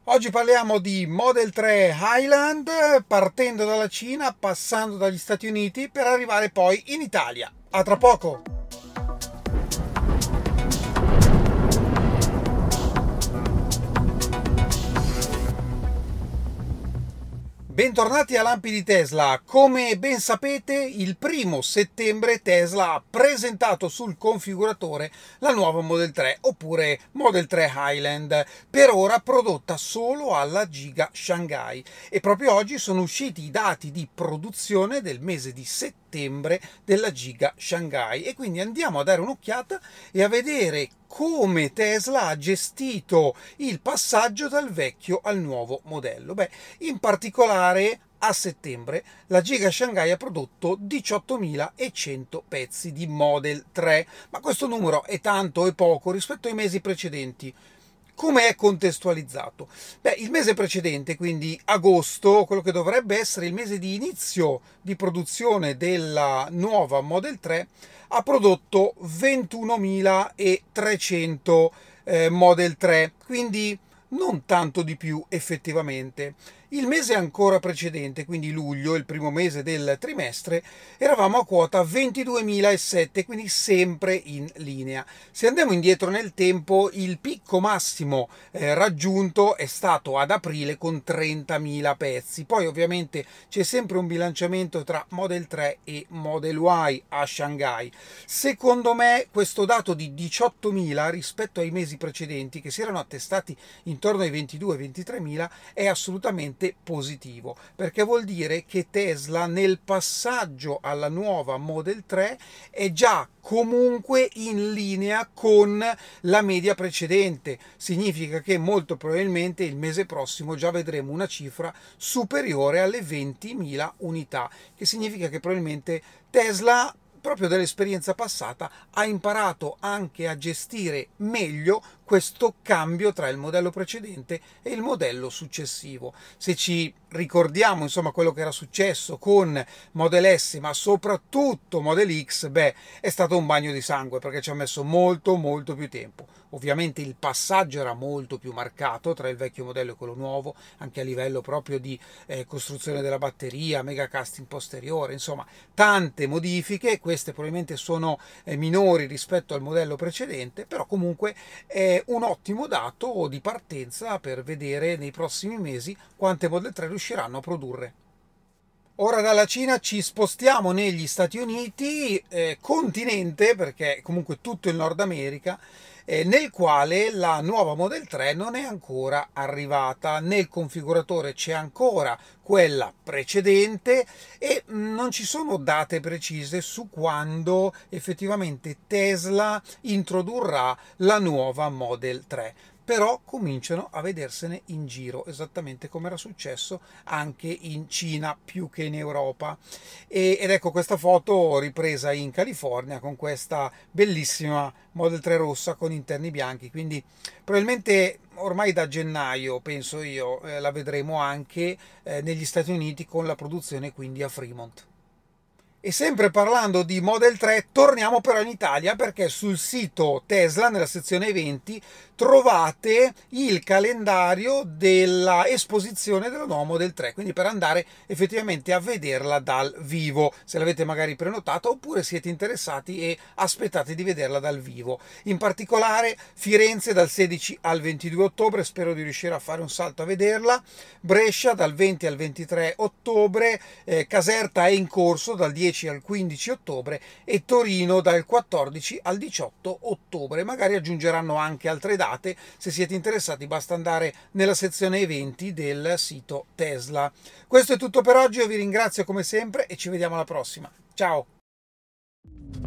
Oggi parliamo di Model 3 Highland, partendo dalla Cina, passando dagli Stati Uniti per arrivare poi in Italia. A tra poco! Bentornati a Lampi di Tesla. Come ben sapete, il 1° settembre Tesla ha presentato sul configuratore la nuova Model 3, oppure Model 3 Highland, per ora prodotta solo alla Giga Shanghai. E proprio oggi sono usciti i dati di produzione del mese di settembre della Giga Shanghai. E quindi andiamo a dare un'occhiata e a vedere come Tesla ha gestito il passaggio dal vecchio al nuovo modello. In particolare a settembre la Giga Shanghai ha prodotto 18.100 pezzi di Model 3, ma questo numero è tanto e poco rispetto ai mesi precedenti. Come è contestualizzato? Il mese precedente, quindi agosto, quello che dovrebbe essere il mese di inizio di produzione della nuova Model 3, ha prodotto 21.300 Model 3, quindi non tanto di più effettivamente. Il mese ancora precedente, quindi luglio, il primo mese del trimestre, eravamo a quota 22.007, quindi sempre in linea. Se andiamo indietro nel tempo, il picco massimo raggiunto è stato ad aprile con 30.000 pezzi. Poi ovviamente c'è sempre un bilanciamento tra Model 3 e Model Y a Shanghai. Secondo me questo dato di 18.000 rispetto ai mesi precedenti, che si erano attestati intorno ai 22-23.000, è assolutamente positivo, perché vuol dire che Tesla nel passaggio alla nuova Model 3 è già comunque in linea con la media precedente. Significa che molto probabilmente il mese prossimo già vedremo una cifra superiore alle 20.000 unità, che significa che probabilmente Tesla, proprio dall'esperienza passata, ha imparato anche a gestire meglio questo cambio tra il modello precedente e il modello successivo. Se ci ricordiamo insomma quello che era successo con Model S, ma soprattutto Model X, è stato un bagno di sangue, perché ci ha messo molto più tempo. Ovviamente il passaggio era molto più marcato tra il vecchio modello e quello nuovo, anche a livello proprio di costruzione della batteria, mega casting posteriore, insomma tante modifiche. Queste probabilmente sono minori rispetto al modello precedente, però comunque è un ottimo dato di partenza per vedere nei prossimi mesi quante Model 3 riusciranno a produrre. Ora dalla Cina ci spostiamo negli Stati Uniti, continente, perché comunque tutto il Nord America, nel quale la nuova Model 3 non è ancora arrivata. Nel configuratore c'è ancora quella precedente e non ci sono date precise su quando effettivamente Tesla introdurrà la nuova Model 3. Però cominciano a vedersene in giro, esattamente come era successo anche in Cina più che in Europa. Ed ecco questa foto ripresa in California con questa bellissima Model 3 rossa con interni bianchi, quindi probabilmente ormai da gennaio, penso io, la vedremo anche negli Stati Uniti con la produzione quindi a Fremont. E sempre parlando di Model 3, torniamo però in Italia, perché sul sito Tesla, nella sezione eventi, trovate il calendario della esposizione della nuova Model 3, quindi per andare effettivamente a vederla dal vivo, se l'avete magari prenotata oppure siete interessati e aspettate di vederla dal vivo. In particolare Firenze dal 16 al 22 ottobre, spero di riuscire a fare un salto a vederla, Brescia dal 20 al 23 ottobre, Caserta è in corso dal 10 al 15 ottobre e Torino dal 14 al 18 ottobre. Magari aggiungeranno anche altre date, se siete interessati basta andare nella sezione eventi del sito Tesla. Questo è tutto per oggi, io vi ringrazio come sempre e ci vediamo alla prossima. Ciao!